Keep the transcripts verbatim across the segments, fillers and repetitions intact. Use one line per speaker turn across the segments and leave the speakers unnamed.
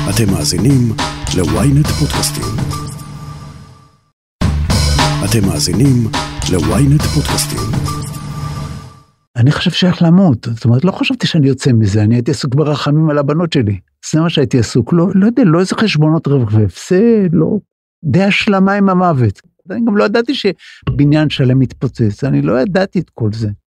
אתם מאזינים ל-ynet פודקאסטים. אתם מאזינים ל-ynet פודקאסטים.
אני חושב שאיך למות, זאת אומרת, לא חשבתי שאני יוצא מזה, אני הייתי עסוק ברחמים על הבנות שלי. זה מה שהייתי עסוק, לא, לא יודע, לא איזה חשבונות רווח והפסד, לא, די השלמה עם המוות. אני גם לא ידעתי שבניין שלם מתפוצץ, אני לא ידעתי את כל זה.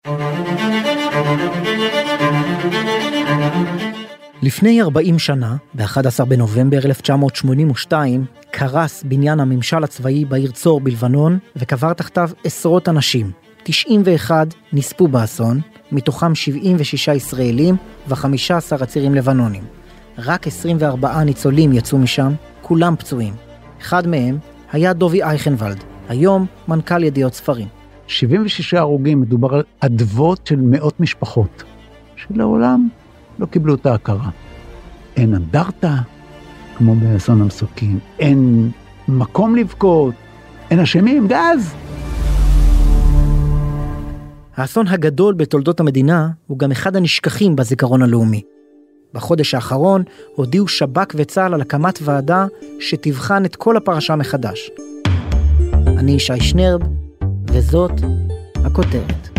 לפני ארבעים שנה, ב-אחד עשר בנובמבר אלף תשע מאות שמונים ושתיים, קרס בניין הממשל הצבאי בעיר צור בלבנון, וקבר תחתיו עשרות אנשים. תשעים ואחד נספו באסון, מתוכם שבעים ושישה ישראלים ו-חמישה עשר עצירים לבנונים. רק עשרים וארבעה ניצולים יצאו משם, כולם פצועים. אחד מהם היה דובי אייכנוולד, היום מנכ"ל ידיעות ספרים.
שבעים ושישה הרוגים, מדובר על אדוות של מאות משפחות, שלעולם לא קיבלו את ההכרה. אין אנדרטה, כמו באסון המסוקים, אין מקום לבכות, אין אשמים, גז.
האסון הגדול בתולדות המדינה הוא גם אחד הנשכחים בזיכרון הלאומי. בחודש האחרון הודיעו שב"כ וצה"ל על הקמת ועדה שתבחן את כל הפרשה מחדש. אני ישי שנרב, וזאת הכותרת.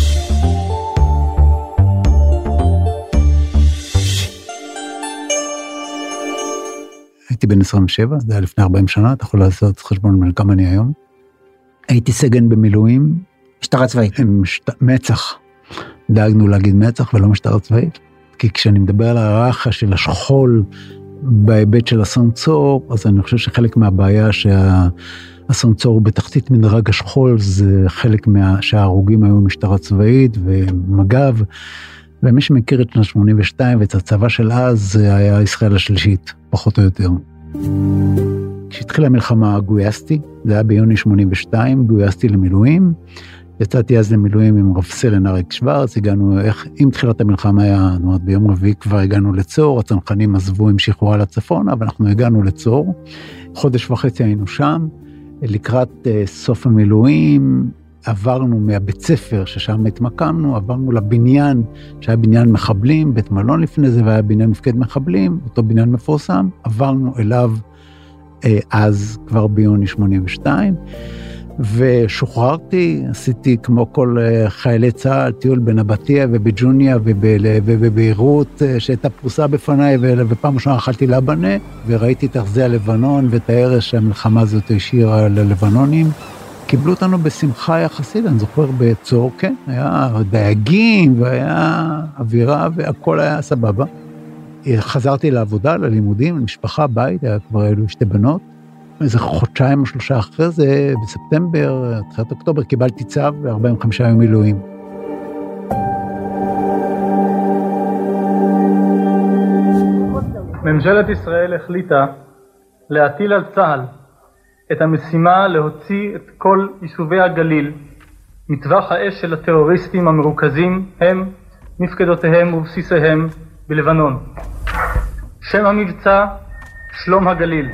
הייתי בן עשרים ושבע, זה היה לפני ארבעים שנה, אתה יכול לעשות חשבון כמה אני היום. הייתי סגן במילואים.
משטרה צבאית.
משט... מצח. דאגנו להגיד מצח ולא משטרה צבאית. כי כשאני מדבר על הערכה של השכול בהיבט של אסון צור, אז אני חושב שחלק מהבעיה שהאסון צור הוא בתחתית מדרג השכול, זה חלק מה... שההרוגים היו משטרה צבאית ומג"ב, ומי שמכיר את שנת שמונים ושתיים ואת הצבא של אז, זה היה ישראל השלישית, פחות או יותר. כשהתחילה המלחמה גויסתי, זה היה ביוני שמונים ושתיים, גויסתי למילואים, יצאתי אז למילואים עם רב סרן אריק שוורץ, הגענו, איך, עם תחילת המלחמה היה, זאת אומרת, ביום רביעי כבר הגענו לצור, הצנחנים עזבו עם שחרורה לצפון, אבל אנחנו הגענו לצור, חודש וחצי היינו שם, לקראת uh, סוף המילואים, עברנו מהבית ספר ששם התמקמנו, עברנו לבניין, שהיה בניין מחבלים, בית מלון לפני זה, והיה בניין מפקד מחבלים, אותו בניין מפורסם, עברנו אליו אה, אז כבר ביוני שמונים ושתיים, ושוחררתי, עשיתי כמו כל אה, חיילי צה"ל, טיול בנבטיה ובג'וניה ובביירות, אה, שהייתה פרוסה בפניי, ופעם ראשונה אכלתי לבנה, וראיתי את ארזי הלבנון ואת ההרס שהמלחמה הזאת השאירה ללבנונים, קיבלו אותנו בשמחה יחסית, אני זוכר בצור, כן, היה דייגים, והיה אווירה, והכל היה סבבה. חזרתי לעבודה, ללימודים, למשפחה, בית, היה כבר אלו שתי בנות. איזה חודשיים או שלושה אחרי זה, בספטמבר, תחילת אוקטובר, קיבלתי צו ב-ארבעים וחמישה יום מילואים.
ממשלת ישראל החליטה להטיל על צה"ל את המשימה להוציא את כל יישובי הגליל מטווח האש של הטרוריסטים המרוכזים הם מפקדותיהם ובסיסיהם בלבנון. שם המבצע שלום הגליל.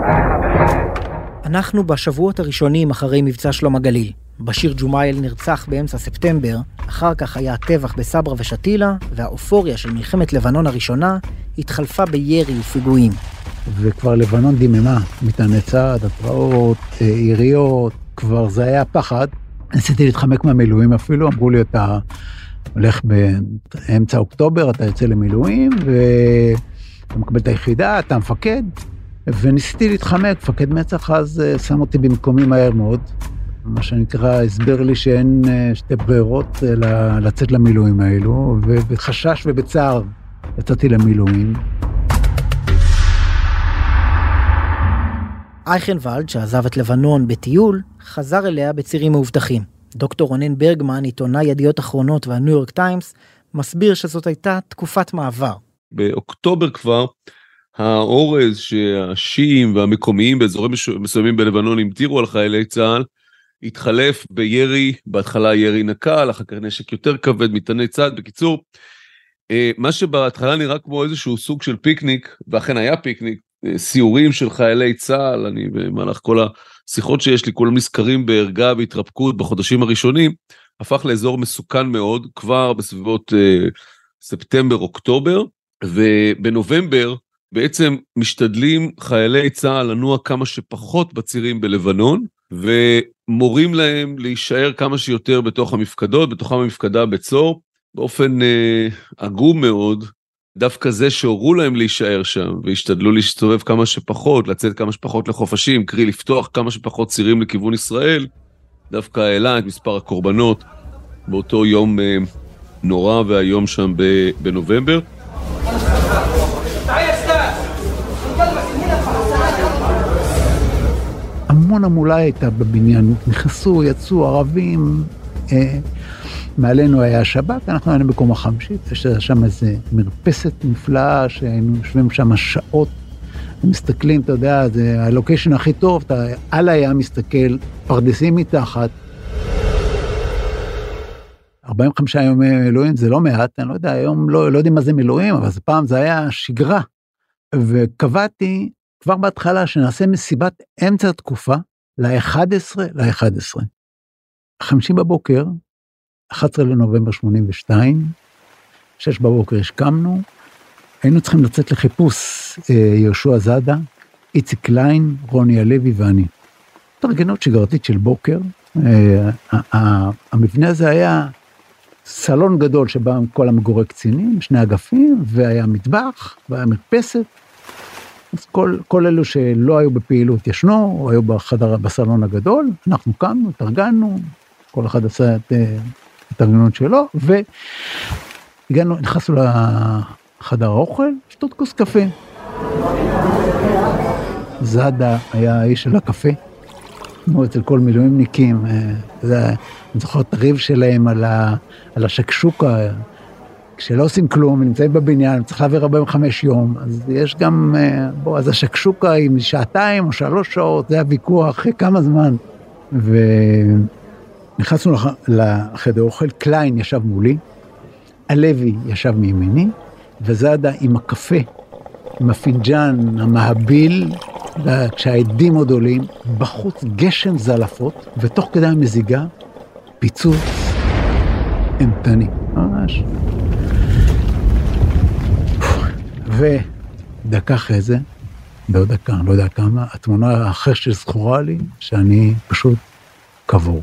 אנחנו בשבועות הראשונים אחרי מבצע שלום הגליל. בשיר ג'ומייל נרצח באמצע ספטמבר, אחר כך היה הטבח בסברה ושתילה, והאופוריה של מלחמת לבנון הראשונה התחלפה בירי ופיגועים.
וכבר לבנון דיממה, מטעני צעד, התראות, עיריות, כבר זה היה פחד. ניסיתי להתחמק מהמילואים אפילו, אמרו לי, אתה הולך באמצע אוקטובר, אתה יוצא למילואים, ואתה מקבל את היחידה, אתה מפקד, וניסיתי להתחמק, מפקד מצח אז שם אותי במקומי מהר מאוד, מה שנקרא, הסבר לי שאין שתי ברירות לצאת למילואים האלו, ובחשש ובצער יצאתי למילואים.
אייכנוולד, שעזב את לבנון בטיול, חזר אליה בצירים מאובטחים. דוקטור רונן ברגמן, עיתונאי ידיעות אחרונות והניו יורק טיימס, מסביר שזאת הייתה תקופת מעבר.
באוקטובר כבר, האורז שהשיעים והמקומיים באזורים מסוימים בלבנון המטירו על חיילי צה"ל, התחלף בירי, בהתחלה ירי נקל, אחר כך נשק יותר כבד, מטעני צעד. בקיצור, מה שבהתחלה נראה כמו איזשהו סוג של פיקניק, ואכן היה פיקניק, סיורים של חיילי צה"ל, אני במהלך כל השיחות שיש לי, כולם נזכרים בהרגעה והתרפקות בחודשים הראשונים, הפך לאזור מסוכן מאוד, כבר בסביבות אה, ספטמבר, אוקטובר, ובנובמבר בעצם משתדלים חיילי צה"ל לנוע כמה שפחות בצירים בלבנון, ומורים להם להישאר כמה שיותר בתוך המפקדות, בתוכם המפקדה בצור, באופן אה, עגום מאוד, דווקא זה שהורו להם להישאר שם, והשתדלו להסתובב כמה שפחות, לצאת כמה שפחות לחופשים, קרי לפתוח כמה שפחות צירים לכיוון ישראל, דווקא העלה את מספר הקורבנות באותו יום אה, נורא והיום שם בנובמבר.
המון המולה הייתה בבניין, נכנסו, יצאו ערבים, אה, מעלינו היה השב"כ, אנחנו היינו בקומה חמישית, יש שם איזה מרפסת נפלאה שהיינו יושבים שם שעות, ומסתכלים, אתה יודע, זה הלוקיישן הכי טוב, אתה על היה מסתכל, פרדסים מתחת, ארבעים וחמישה יומי מילואים זה לא מעט, אני לא יודע, היום לא, לא יודעים מה זה מילואים, אבל פעם זה היה שגרה, וקבעתי כבר בהתחלה שנעשה מסיבת אמצע התקופה, ל-אחד עשר ל-אחד עשר. חמישי בבוקר, אחד עשר לנובמבר שמונים ושתיים, שש בבוקר השקמנו, היינו צריכים לצאת לחיפוש יהושע זאדה, איציק קליין, רוני הלוי ואני. תרגנות שגרתית של בוקר, המבנה הזה היה סלון גדול שבא כל המגורי קצינים, שני אגפים, והיה מטבח, והיה מרפסת, אז כל, כל אלו שלא היו בפעילות ישנו, או היו בחדר, בסלון הגדול, אנחנו קמנו, תרגנו, כל אחד עשה את התרגנות שלו, והגענו, נכנסנו לחדר האוכל, שתות כוס קפה. זאדה היה האיש של הקפה, כמו אצל כל מילואימניקים, אני זוכר את הריב שלהם על, ה, על השקשוקה, כשלא עושים כלום, נמצאים בבניין, צריך להעביר ארבעים וחמישה יום, אז יש גם, בוא, אז השקשוקה היא משעתיים או שלוש שעות, זה הוויכוח, אחרי כמה זמן. ונכנסנו לחדר אוכל, קליין ישב מולי, הלוי ישב מימיני, וזאדה עם הקפה, עם הפינג'אן, המהביל, כשהעדים עוד עולים, בחוץ גשם זלפות, ותוך כדי המזיגה, פיצוץ אמתני, ממש. ודקה אחרי זה, בעוד דקה, לא יודע כמה, התמונה האחרת שזכורה לי, שאני פשוט קבור.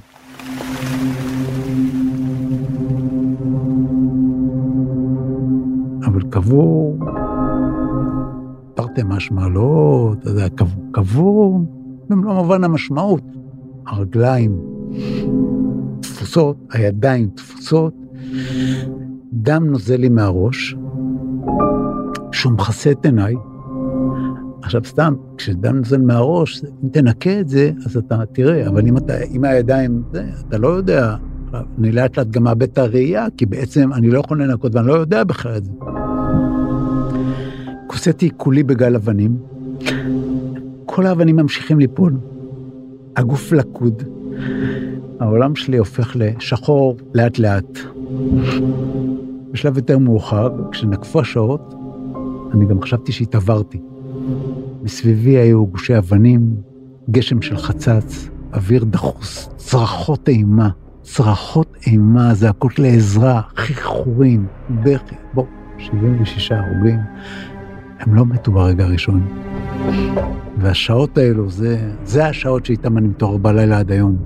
אבל קבור, תרתי משמע, לא, אתה יודע, קבור, קבור, במלוא מובן המשמעות. הרגליים תפוסות, הידיים תפוסות, דם נוזל לי מהראש, שהוא מכסה את עיניי. עכשיו סתם, כשדם נוזל מהראש, אם תנקה את זה, אז אתה תראה, אבל אם אתה, אם הידיים, זה, אתה לא יודע, אני לאט לאט גם מאבד את הראייה, כי בעצם אני לא יכול לנקות, ואני לא יודע בכלל את זה. כוסתי כולי בגל אבנים, כל האבנים ממשיכים ליפול, הגוף לקוד, העולם שלי הופך לשחור לאט לאט. בשלב יותר מאוחר, כשנקפו השעות, אני גם חשבתי שהתעברתי. מסביבי היו גושי אבנים, גשם של חצץ, אוויר דחוס, צרחות אימה, צרחות אימה, זעקות לעזרה, חיחורים, בכי, בוא, שבעים ושישה הרוגים. הם לא מתו ברגע הראשון. והשעות האלו, זה, זה השעות שאיתם אני מתעורר בלילה עד היום.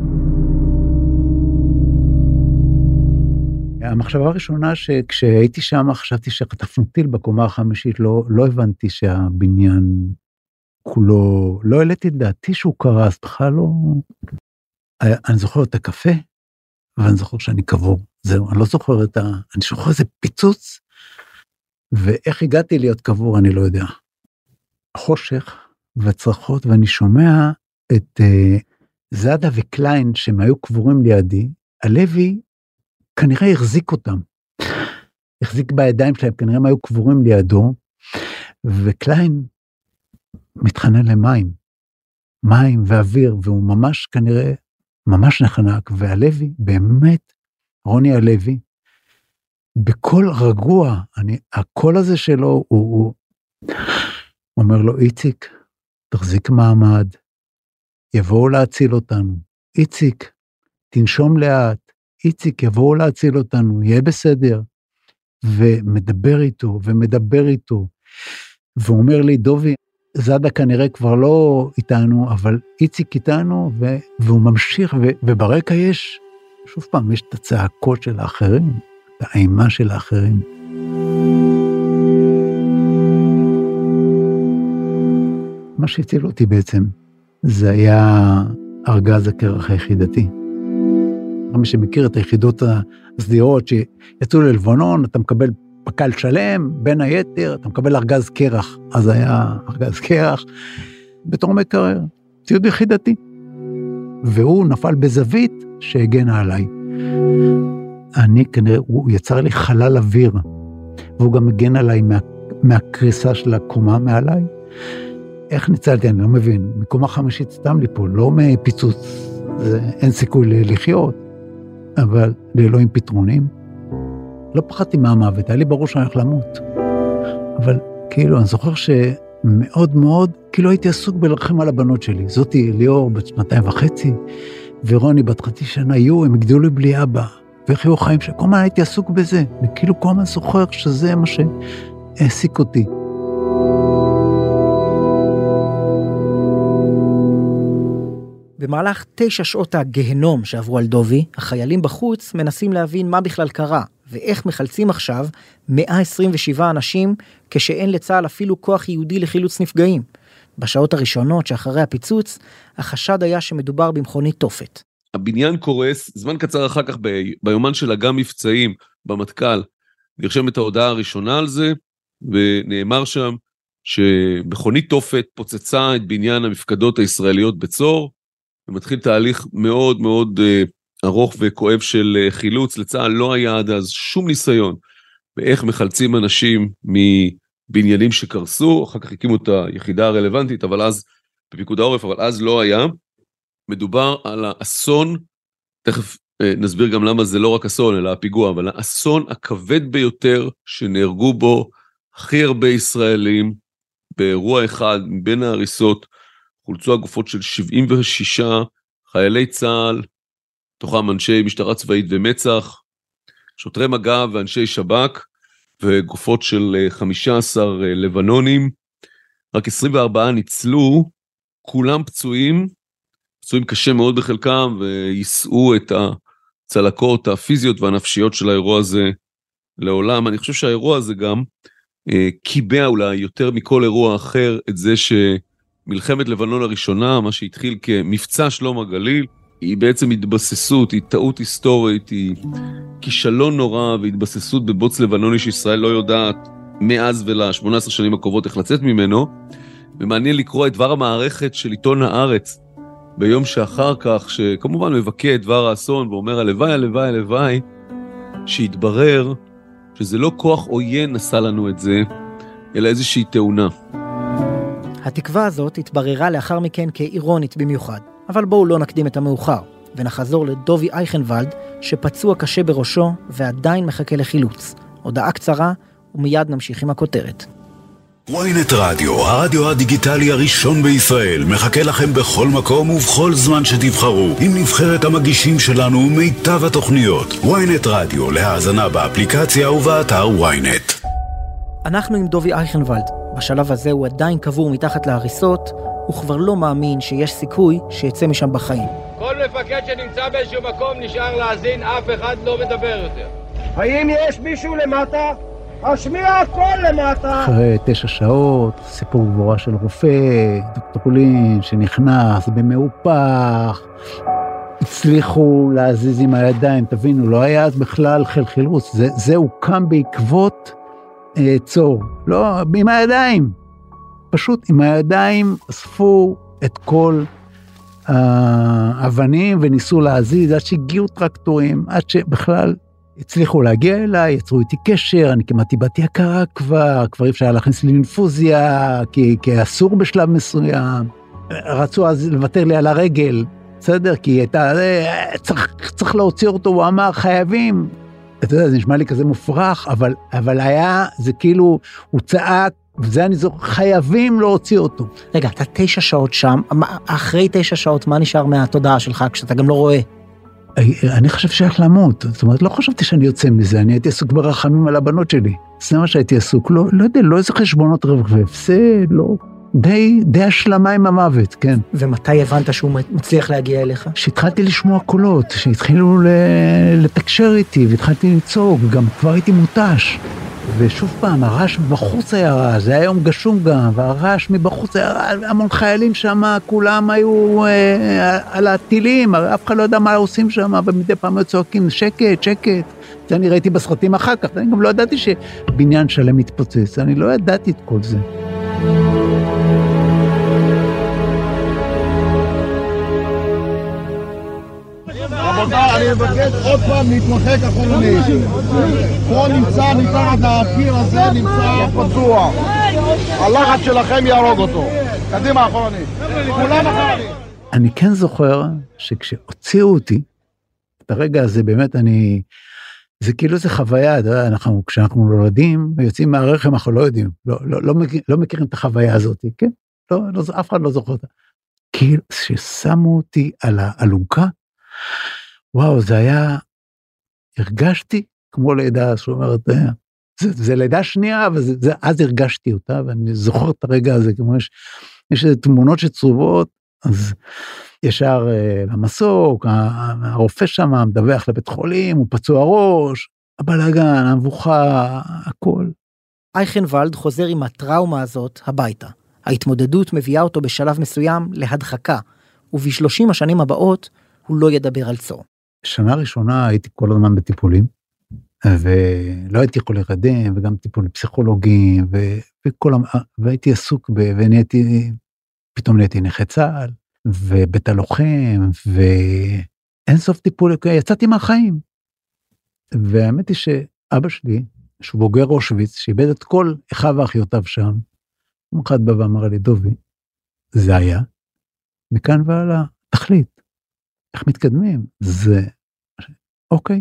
המחשבה הראשונה שכשהייתי שם, חשבתי שחטפנו טיל בקומה החמישית, לא, לא הבנתי שהבניין כולו, לא העליתי את דעתי שהוא קרס, בכלל לא... אני זוכר את הקפה, ואני זוכר שאני קבור. זהו, אני לא זוכר את ה... אני זוכר איזה פיצוץ, ואיך הגעתי להיות קבור, אני לא יודע. חושך וצרחות, ואני שומע את uh, זאדה וקליין, שהם היו קבורים לידי, הלוי כנראה החזיק אותם. החזיק בידיים שלהם, כנראה הם היו קבורים לידו, וקליין מתחנן למים. מים ואוויר, והוא ממש כנראה, ממש נחנק, והלוי, באמת, רוני הלוי, בכל רגוע, אני, הקול הזה שלו, הוא, הוא אומר לו, איציק, תחזיק מעמד, יבואו להציל אותנו. איציק, תנשום לאט, איציק, יבואו להציל אותנו, יהיה בסדר. ומדבר איתו, ומדבר איתו. והוא אומר לי, דובי, זאדה כנראה כבר לא איתנו, אבל איציק איתנו, ו- והוא ממשיך, ו- וברקע יש, שוב פעם, יש את הצעקות של האחרים, את האימה של האחרים. מה שהציל אותי בעצם, זה היה ארגז הקרח היחידתי. מי שמכיר את היחידות הסדירות שיצאו ללבנון, אתה מקבל פקל שלם, בין היתר, אתה מקבל ארגז קרח, אז היה ארגז קרח, בתור מקרר, ציוד יחידתי. והוא נפל בזווית שהגנה עליי. אני כנראה, הוא יצר לי חלל אוויר, והוא גם הגן עליי מה, מהקריסה של הקומה מעליי. איך ניצלתי? אני לא מבין. מקומה חמישית סתם לי פה, לא מפיצוץ, זה, אין סיכוי לחיות, אבל לאלוהים פתרונים. לא פחדתי מהמוות, היה לי ברור שאני הולך למות. אבל כאילו, אני זוכר שמאוד מאוד, כאילו הייתי עסוק בלרחם על הבנות שלי. זאתי ליאור בת שנתיים וחצי, ורוני בת חצי שנה, יהיו, הם הגדילו לי בלי אבא, וחיו חיים שכל מה הייתי עסוק בזה. וכאילו כל מה זוכר שזה מה שהעסיק אותי.
במהלך תשע שעות הגהנום שעברו על דובי, החיילים בחוץ מנסים להבין מה בכלל קרה, ואיך מחלצים עכשיו מאה עשרים ושבעה אנשים, כשאין לצה"ל אפילו כוח יהודי לחילוץ נפגעים. בשעות הראשונות שאחרי הפיצוץ, החשד היה שמדובר במכונית תופת.
הבניין קורס, זמן קצר אחר כך ב- ביומן של אג"ם מבצעים במטכ"ל, נרשם את ההודעה הראשונה על זה, ונאמר שם שמכונית תופת פוצצה את בניין המפקדות הישראליות בצור, ומתחיל תהליך מאוד מאוד uh, ארוך וכואב של uh, חילוץ. לצה"ל לא היה עד אז שום ניסיון באיך מחלצים אנשים מבניינים שקרסו, אחר כך הקימו את היחידה הרלוונטית, אבל אז, בפיקוד העורף, אבל אז לא היה. מדובר על האסון, תכף uh, נסביר גם למה זה לא רק אסון, אלא הפיגוע, אבל האסון הכבד ביותר שנהרגו בו הכי הרבה ישראלים, באירוע אחד מבין ההריסות, חולצו הגופות של שבעים ושישה חיילי צה"ל, תוכם אנשי משטרה צבאית ומצ"ח, שוטרי מג"ב ואנשי שב"כ, וגופות של חמישה עשר לבנונים, רק עשרים וארבעה ניצלו, כולם פצועים, פצועים קשה מאוד בחלקם, ויישאו את הצלקות הפיזיות והנפשיות של האירוע הזה לעולם. אני חושב שהאירוע הזה גם אה, קיבע אולי יותר מכל אירוע אחר את זה ש... מלחמת לבנון הראשונה, מה שהתחיל כמבצע שלום הגליל, היא בעצם התבססות, היא טעות היסטורית, היא כישלון נורא והתבססות בבוץ לבנוני שישראל לא יודעת מאז ול-שמונה עשרה שנים הקרובות איך לצאת ממנו, ומעניין לקרוא את דבר המערכת של עיתון הארץ, ביום שאחר כך, שכמובן מבכה את דבר האסון ואומר הלוואי, הלוואי, הלוואי, שהתברר שזה לא כוח עוין עשה לנו את זה, אלא איזושהי תאונה.
התקווה הזאת התבררה לאחר מכן כאירונית במיוחד, אבל בואו לא נקדים את המאוחר, ונחזור לדובי אייכנוולד, שפצוע קשה בראשו ועדיין מחכה לחילוץ. הודעה קצרה, ומיד נמשיך עם הכותרת.
וויינט רדיו, הרדיו הדיגיטלי הראשון בישראל, מחכה לכם בכל מקום ובכל זמן שתבחרו, עם נבחרת המגישים שלנו ומיטב התוכניות. וויינט רדיו, להאזנה באפליקציה ובאתר וויינט.
אנחנו עם דובי אייכנוולד. בשלב הזה הוא עדיין קבור מתחת להריסות, הוא כבר לא מאמין שיש סיכוי שיצא משם בחיים.
כל מפקד שנמצא באיזשהו מקום נשאר להאזין, אף אחד לא מדבר יותר.
האם יש מישהו למטה? השמיע הכל למטה.
אחרי תשע שעות, סיפור גבורה של רופא, דוקטור לין שנכנס במאופח, הצליחו להזיז עם הידיים, תבינו, לא היה אז בכלל חיל חילוץ, זה, זה הוקם בעקבות אה, צור, לא, עם הידיים, פשוט עם הידיים אספו את כל האבנים וניסו להזיז, עד שהגיעו טרקטורים, עד שבכלל הצליחו להגיע אליי, יצרו איתי קשר, אני כמעט איבדתי הכרה כבר, כבר אפשר להכניס לי אינפוזיה, כי, כי אסור בשלב מסוים, רצו אז לוותר לי על הרגל, בסדר? כי הייתה, צריך, צריך להוציא אותו, הוא אמר, חייבים, אתה יודע, זה נשמע לי כזה מופרך, אבל, אבל היה, זה כאילו, הוא צעק, וזה אני זוכר, חייבים להוציא אותו.
רגע, אתה תשע שעות שם, אחרי תשע שעות, מה נשאר מהתודעה שלך, כשאתה גם לא רואה?
אני חושב שייך למות, זאת אומרת, לא חשבתי שאני יוצא מזה, אני הייתי עסוק ברחמים על הבנות שלי. זה מה שהייתי עסוק, לא, לא יודע, לא איזה חשבונות רווח והפסד, לא, די, די השלמה עם המוות, כן.
ומתי הבנת שהוא מצליח להגיע אליך?
שהתחלתי לשמוע קולות, שהתחילו לתקשר איתי, והתחלתי לצעוק, גם כבר הייתי מוטש. ושוב פעם, הרעש מבחוץ היה רעש, זה היה יום גשום גם, והרעש מבחוץ היה רעש, והמון חיילים שם, כולם היו אה, על הטילים, אף אחד לא יודע מה עושים שם, ומדי פעם היו צועקים, שקט, שקט. זה אני ראיתי בסרטים אחר כך, אני גם לא ידעתי שבניין שלם מתפוצץ, אני לא ידעתי את כל זה.
אני מבקש עוד פעם להתמחק אחרונית. פה נמצא מתחת הקיר הזה, נמצא פצוע. הלחץ שלכם יהרוג אותו. קדימה אחרונית. כולם אחרונית.
אני כן זוכר שכשהוציאו אותי, את הרגע הזה באמת אני, זה כאילו זה חוויה, אנחנו, כשאנחנו נולדים ויוצאים מהרחם אנחנו לא יודעים, לא, לא, לא, מכיר, לא מכירים את החוויה הזאת, כן? לא, לא, אף אחד לא זוכר אותה. כאילו ששמו אותי על האלונקה, וואו, זה היה, הרגשתי כמו לידה, זאת אומרת, זה, זה לידה שנייה, אבל זה, זה, אז הרגשתי אותה, ואני זוכר את הרגע הזה, כמו יש, יש איזה תמונות שצרובות, אז ישר המסוק, הרופא שם מדווח לבית חולים, הוא פצוע ראש, הבלגן, המבוכה, הכל.
אייכנוולד חוזר עם הטראומה הזאת הביתה. ההתמודדות מביאה אותו בשלב מסוים להדחקה, ובשלושים השנים הבאות הוא לא ידבר על צור.
שנה ראשונה הייתי כל הזמן בטיפולים, ולא הייתי יכול להירדם, וגם טיפולים פסיכולוגיים, ו... וכל... והייתי עסוק, ב... ונהייתי, פתאום נהייתי נכה צהל, ובית הלוחם, ואין סוף טיפול, יצאתי מהחיים. והאמת היא שאבא שלי, שהוא בוגר אושוויץ, שאיבד את כל אחיו ואחיותיו שם, הוא אחד בא ואמר לי, דובי, זה היה, מכאן ועלה, תחליט, איך מתקדמים? זה, אוקיי,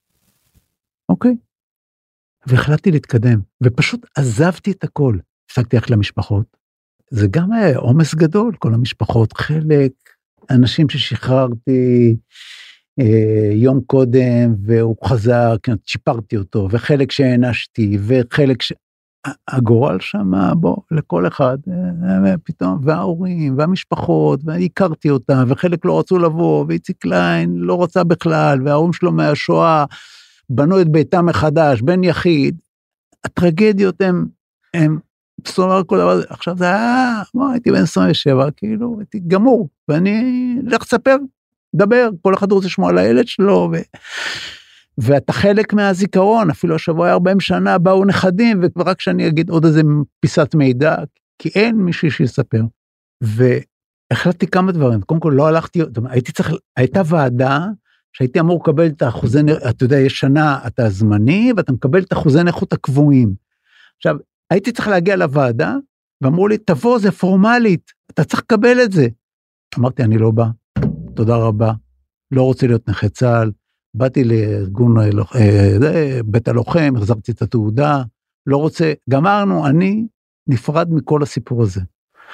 אוקיי. והחלטתי להתקדם, ופשוט עזבתי את הכל, הפסקתי ללכת למשפחות, זה גם היה עומס גדול, כל המשפחות, חלק, אנשים ששחררתי אה, יום קודם, והוא חזר, שיפרתי אותו, וחלק שהענשתי, וחלק ש... הגורל שם, בוא, לכל אחד, פתאום, וההורים, והמשפחות, והכרתי אותה, וחלק לא רצו לבוא, ואיציק קליין לא רצה בכלל, וההורים שלו מהשואה, בנו את ביתם מחדש, בן יחיד, הטרגדיות הם, הם, בסומר כל דבר, עכשיו זה היה, בוא, הייתי בן עשרים ושבע, כאילו, הייתי גמור, ואני, לך תספר, דבר, כל אחד רוצה לשמוע על הילד שלו, ו... ואתה חלק מהזיכרון, אפילו השבוע היה ארבעים שנה, באו נכדים, ורק שאני אגיד עוד איזה פיסת מידע, כי אין מישהו שיספר. והחלטתי כמה דברים, קודם כל לא הלכתי, הייתי צריך, הייתה ועדה, שהייתי אמור לקבל את האחוזי, אתה יודע, יש שנה, אתה זמני, ואתה מקבל את האחוזי נכות הקבועים. עכשיו, הייתי צריך להגיע לוועדה, ואמרו לי, תבוא, זה פורמלית, אתה צריך לקבל את זה. אמרתי, אני לא בא, תודה רבה, לא רוצה להיות נכה צה"ל, באתי לארגון בית הלוחם, החזרתי את התעודה, לא רוצה, גמרנו, אני נפרד מכל הסיפור הזה.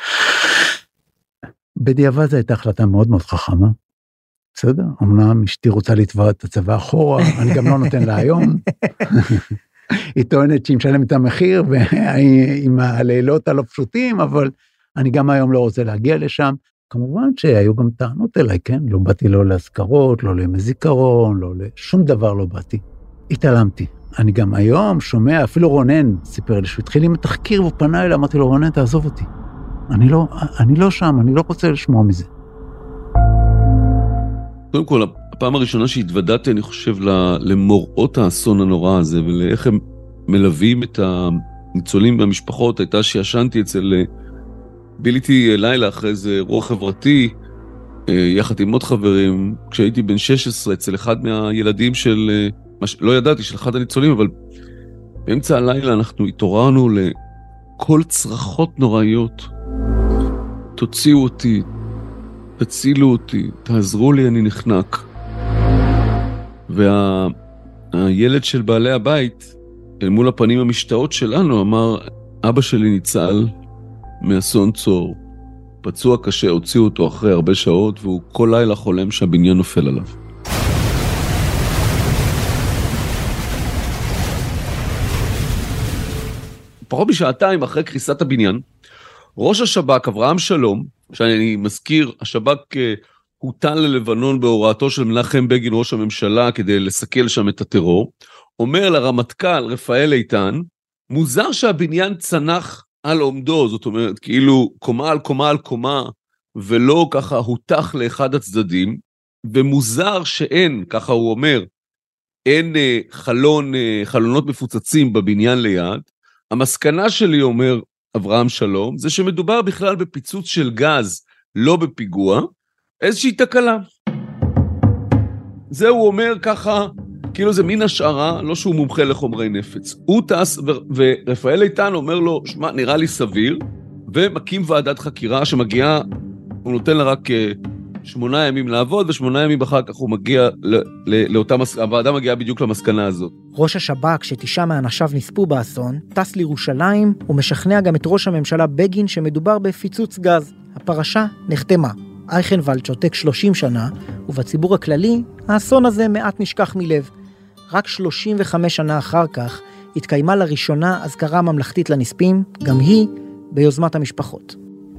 בדיעבד זו הייתה החלטה מאוד מאוד חכמה, בסדר? אמנם אשתי רוצה לתבוע את הצבא אחורה, אני גם לא נותן לה היום, היא טוענת שהיא משלמת את המחיר, ועם הלילות הלא פשוטים, אבל אני גם היום לא רוצה להגיע לשם, כמובן שהיו גם טענות אליי, כן? לא באתי לא להזכרות, לא לימי זיכרון, לא לשום דבר לא באתי. התעלמתי. אני גם היום שומע, אפילו רונן סיפר לי, שהוא התחיל עם התחקיר והוא פנה אליי, אמרתי לו, רונן, תעזוב אותי. אני לא, אני לא שם, אני לא רוצה לשמוע מזה.
קודם כל, הפעם הראשונה שהתוודעתי, אני חושב, למוראות האסון הנורא הזה, ולאיך הם מלווים את הניצולים והמשפחות, הייתה שישנתי אצל... ביליתי לילה אחרי זה אירוע חברתי, יחד עם עוד חברים, כשהייתי בן שש עשרה אצל אחד מהילדים של, לא ידעתי, של אחד הניצולים, אבל באמצע הלילה אנחנו התעוררנו לכל צרחות נוראיות. תוציאו אותי, תצילו אותי, תעזרו לי, אני נחנק. והילד של בעלי הבית, אל מול הפנים המשתאות שלנו, אמר, אבא שלי ניצל, מאסון צור, פצוע קשה, הוציאו אותו אחרי הרבה שעות, והוא כל לילה חולם שהבניין נופל עליו. פחות משעתיים אחרי קריסת הבניין, ראש השב"כ, אברהם שלום, שאני מזכיר, השב"כ הוטל ללבנון בהוראתו של מנחם בגין, ראש הממשלה, כדי לסכל שם את הטרור, אומר לרמטכ"ל רפאל איתן, מוזר שהבניין צנח על עומדו, זאת אומרת, כאילו קומה על קומה על קומה, ולא ככה הותח לאחד הצדדים, ומוזר שאין, ככה הוא אומר, אין חלון, חלונות מפוצצים בבניין ליד. המסקנה שלי, אומר אברהם שלום, זה שמדובר בכלל בפיצוץ של גז, לא בפיגוע, איזושהי תקלה. זה הוא אומר ככה, כאילו זה מין השערה, לא שהוא מומחה לחומרי נפץ. הוא טס, ו- ורפאל איתן אומר לו, שמה, נראה לי סביר, ומקים ועדת חקירה שמגיעה, הוא נותן לה רק שמונה ימים לעבוד, ושמונה ימים אחר כך הוא מגיע ל- ל- לאותה, הוועדה מגיעה בדיוק למסקנה הזאת.
ראש השב"כ, שתשעה מאנשיו נספו באסון, טס לירושלים, ומשכנע גם את ראש הממשלה בגין שמדובר בפיצוץ גז. הפרשה נחתמה. אייכנוולד שותק שלושים שנה, ובציבור הכללי, האסון הזה מעט נשכח מלב. רק שלושים וחמש שנה אחר כך, התקיימה לראשונה אזכרה ממלכתית לנספים, גם היא ביוזמת המשפחות.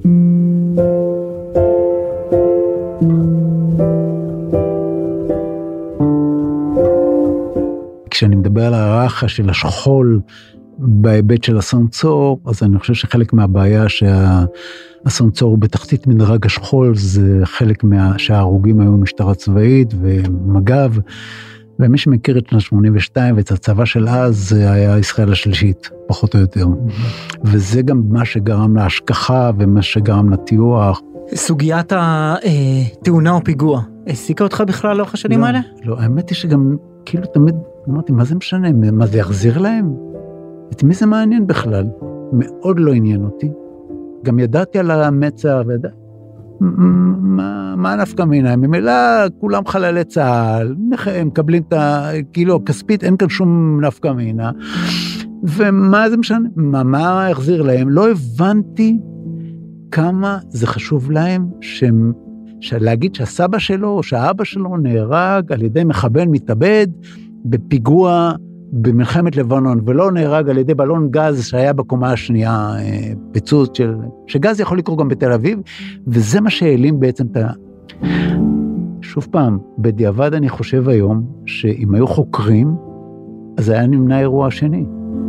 כשאני מדבר על הערכה של השכול בהיבט של אסון צור, אז אני חושב שחלק מהבעיה שהאסון צור הוא בתחתית מדרג השכול, זה חלק מה... שההרוגים היו משטרה צבאית ומג"ב, ומי שמכיר את שנת שמונים ושתיים ואת הצבא של אז, זה היה ישראל השלישית, פחות או יותר. וזה גם מה שגרם להשכחה ומה שגרם לטיוח.
סוגיית התאונה או פיגוע, העסיקה אותך בכלל לאורך השנים האלה?
לא, האמת היא שגם כאילו תמיד אמרתי, מה זה משנה? מה זה יחזיר להם? את מי זה מעניין בכלל? מאוד לא עניין אותי. גם ידעתי על המצע, וידע... מה, מה נפקא מינה? ממילא כולם חללי צה"ל, הם מקבלים את ה... כאילו, כספית, אין כאן שום נפקא מינה. ומה זה משנה? מה, מה יחזיר להם? לא הבנתי כמה זה חשוב להם שהם... להגיד שהסבא שלו או שהאבא שלו נהרג על ידי מחבל מתאבד בפיגוע במלחמת לבנון, ולא נהרג על ידי בלון גז שהיה בקומה השנייה, פיצוץ של... שגז יכול לקרות גם בתל אביב, וזה מה שהעלים בעצם את ה... שוב פעם, בדיעבד אני חושב היום, שאם היו חוקרים, אז היה נמנע אירוע השני.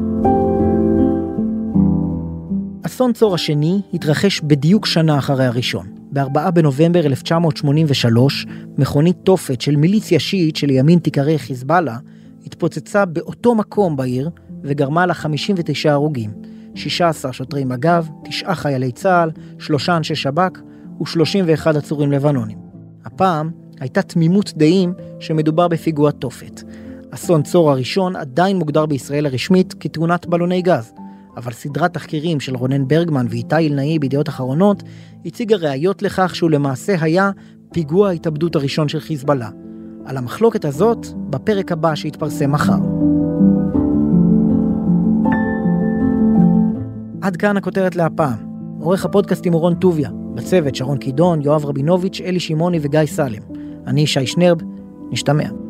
אסון צור השני התרחש בדיוק שנה אחרי הראשון. ב-ארבעה בנובמבר אלף תשע מאות שמונים ושלוש, מכונית תופת של מיליציה שיעית שלימין תיקרא חיזבאללה, התפוצצה באותו מקום בעיר, וגרמה לה חמישים ותשעה הרוגים. שישה עשר שוטרי מג"ב, תשעה חיילי צה"ל, שלושה אנשי שב"כ, ו-שלושים ואחד עצורים לבנונים. הפעם הייתה תמימות דעים שמדובר בפיגוע תופת. אסון צור הראשון עדיין מוגדר בישראל הרשמית כתאונת בלוני גז, אבל סדרת תחקירים של רונן ברגמן ואיתי אילנאי בידיעות אחרונות הציגה ראיות לכך שהוא למעשה היה פיגוע ההתאבדות הראשון של חיזבאללה. על המחלוקת הזאת בפרק הבא שיתפרסם מחר. עד כאן הכותרת להפעם. עורך הפודקאסטים אורון טוביה, בצוות שרון קידון, יואב רבינוביץ', אלי שימוני וגיא סלם. אני שי שנרב, נשתמע.